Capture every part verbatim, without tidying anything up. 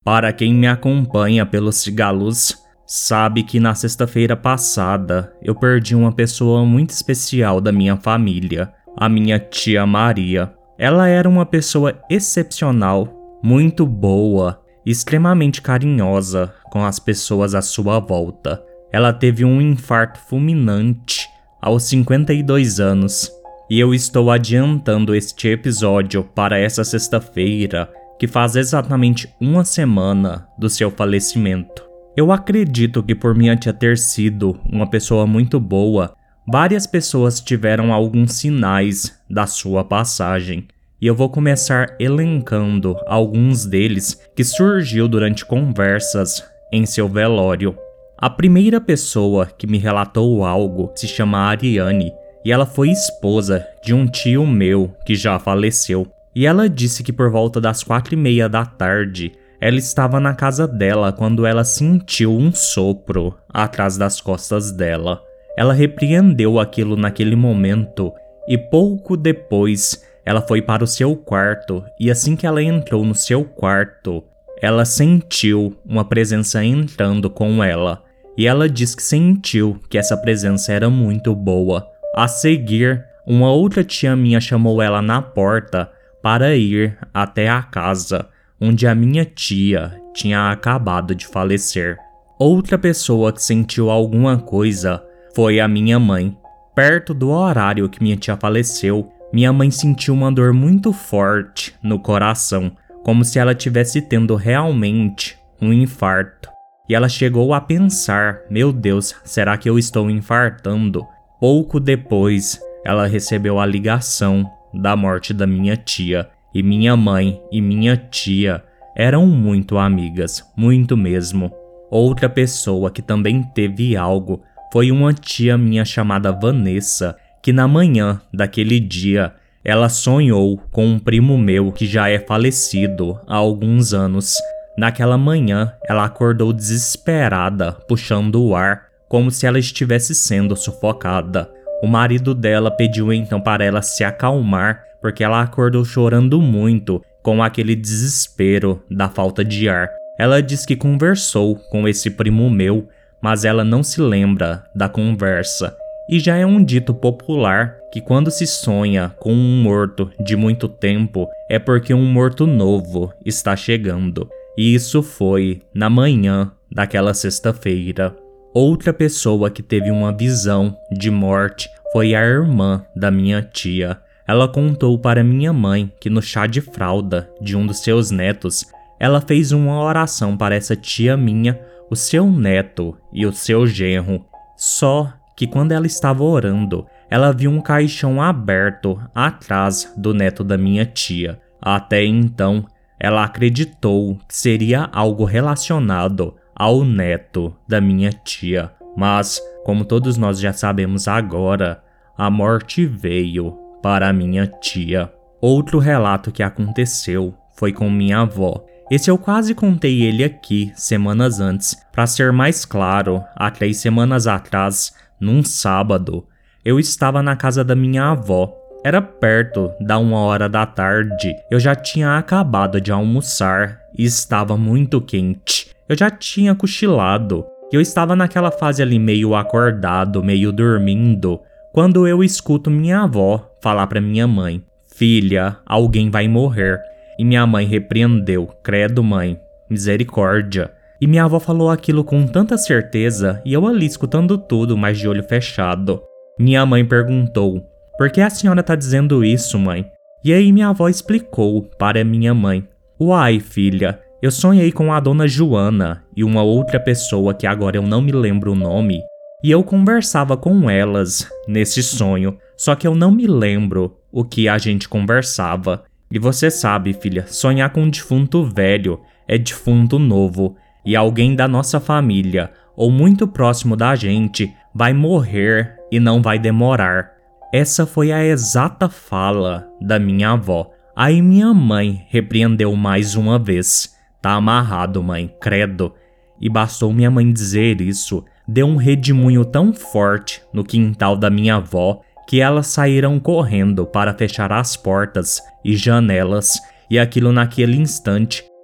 Para quem me acompanha pelos cigalos, sabe que na sexta-feira passada eu perdi uma pessoa muito especial da minha família, a minha tia Maria. Ela era uma pessoa excepcional, muito boa, extremamente carinhosa com as pessoas à sua volta. Ela teve um infarto fulminante aos cinquenta e dois anos, e eu estou adiantando este episódio para essa sexta-feira, que faz exatamente uma semana do seu falecimento. Eu acredito que por minha tia ter sido uma pessoa muito boa, várias pessoas tiveram alguns sinais da sua passagem, e eu vou começar elencando alguns deles que surgiu durante conversas em seu velório. A primeira pessoa que me relatou algo se chama Ariane, e ela foi esposa de um tio meu que já faleceu. E ela disse que por volta das quatro e meia da tarde, ela estava na casa dela quando ela sentiu um sopro atrás das costas dela. Ela repreendeu aquilo naquele momento e pouco depois ela foi para o seu quarto, e assim que ela entrou no seu quarto, ela sentiu uma presença entrando com ela. E ela diz que sentiu que essa presença era muito boa. A seguir, uma outra tia minha chamou ela na porta para ir até a casa onde a minha tia tinha acabado de falecer. Outra pessoa que sentiu alguma coisa foi a minha mãe. Perto do horário que minha tia faleceu, minha mãe sentiu uma dor muito forte no coração, como se ela estivesse tendo realmente um infarto. E ela chegou a pensar: meu Deus, será que eu estou infartando? Pouco depois, ela recebeu a ligação da morte da minha tia, e minha mãe e minha tia eram muito amigas, muito mesmo. Outra pessoa que também teve algo foi uma tia minha chamada Vanessa, que na manhã daquele dia ela sonhou com um primo meu que já é falecido há alguns anos. Naquela manhã ela acordou desesperada, puxando o ar, como se ela estivesse sendo sufocada. O marido dela pediu então para ela se acalmar, porque ela acordou chorando muito, com aquele desespero da falta de ar. Ela diz que conversou com esse primo meu, mas ela não se lembra da conversa. E já é um dito popular que quando se sonha com um morto de muito tempo, é porque um morto novo está chegando. E isso foi na manhã daquela sexta-feira. Outra pessoa que teve uma visão de morte foi a irmã da minha tia. Ela contou para minha mãe que no chá de fralda de um dos seus netos, ela fez uma oração para essa tia minha, o seu neto e o seu genro. Só que quando ela estava orando, ela viu um caixão aberto atrás do neto da minha tia. Até então, ela acreditou que seria algo relacionado ao neto da minha tia. Mas, como todos nós já sabemos agora, a morte veio para a minha tia. Outro relato que aconteceu foi com minha avó. Esse eu quase contei ele aqui semanas antes. Para ser mais claro, há três semanas atrás, num sábado, eu estava na casa da minha avó. Era perto da uma hora da tarde. Eu já tinha acabado de almoçar e estava muito quente. Eu já tinha cochilado. Eu estava naquela fase ali meio acordado, meio dormindo, quando eu escuto minha avó falar para minha mãe: filha, alguém vai morrer. E minha mãe repreendeu: credo, mãe, misericórdia. E minha avó falou aquilo com tanta certeza, e eu ali escutando tudo, mas de olho fechado. Minha mãe perguntou: por que a senhora tá dizendo isso, mãe? E aí minha avó explicou para minha mãe: uai, filha, eu sonhei com a dona Joana e uma outra pessoa que agora eu não me lembro o nome, e eu conversava com elas nesse sonho, só que eu não me lembro o que a gente conversava. E você sabe, filha, sonhar com um defunto velho é defunto novo, e alguém da nossa família ou muito próximo da gente vai morrer e não vai demorar. Essa foi a exata fala da minha avó. Aí minha mãe repreendeu mais uma vez: tá amarrado, mãe, credo. E bastou minha mãe dizer isso, deu um redemoinho tão forte no quintal da minha avó que elas saíram correndo para fechar as portas e janelas, e aquilo naquele instante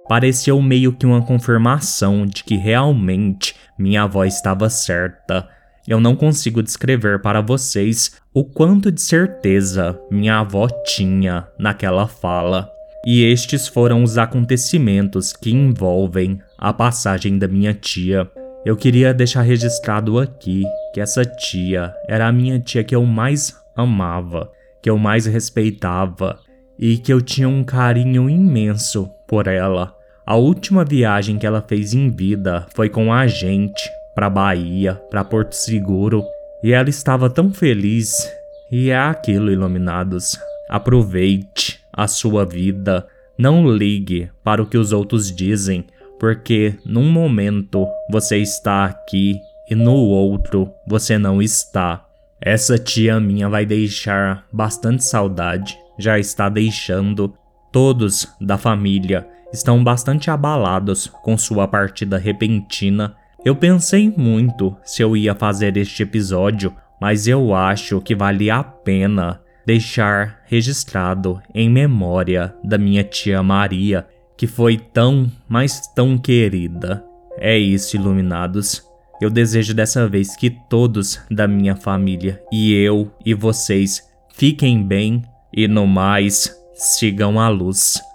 Pareceu meio que uma confirmação de que realmente minha avó estava certa. Eu não consigo descrever para vocês o quanto de certeza minha avó tinha naquela fala. E estes foram os acontecimentos que envolvem a passagem da minha tia. Eu queria deixar registrado aqui que essa tia era a minha tia que eu mais amava, que eu mais respeitava e que eu tinha um carinho imenso por ela. A última viagem que ela fez em vida foi com a gente para Bahia, para Porto Seguro, e ela estava tão feliz. E é aquilo, iluminados. Aproveite a sua vida, não ligue para o que os outros dizem, porque num momento você está aqui e no outro você não está. Essa tia minha vai deixar bastante saudade, já está deixando. Todos da família estão bastante abalados com sua partida repentina. Eu pensei muito se eu ia fazer este episódio, mas eu acho que valia a pena deixar registrado em memória da minha tia Maria, que foi tão, mas tão querida. É isso, iluminados. Eu desejo dessa vez que todos da minha família e eu e vocês fiquem bem e no mais, sigam a luz.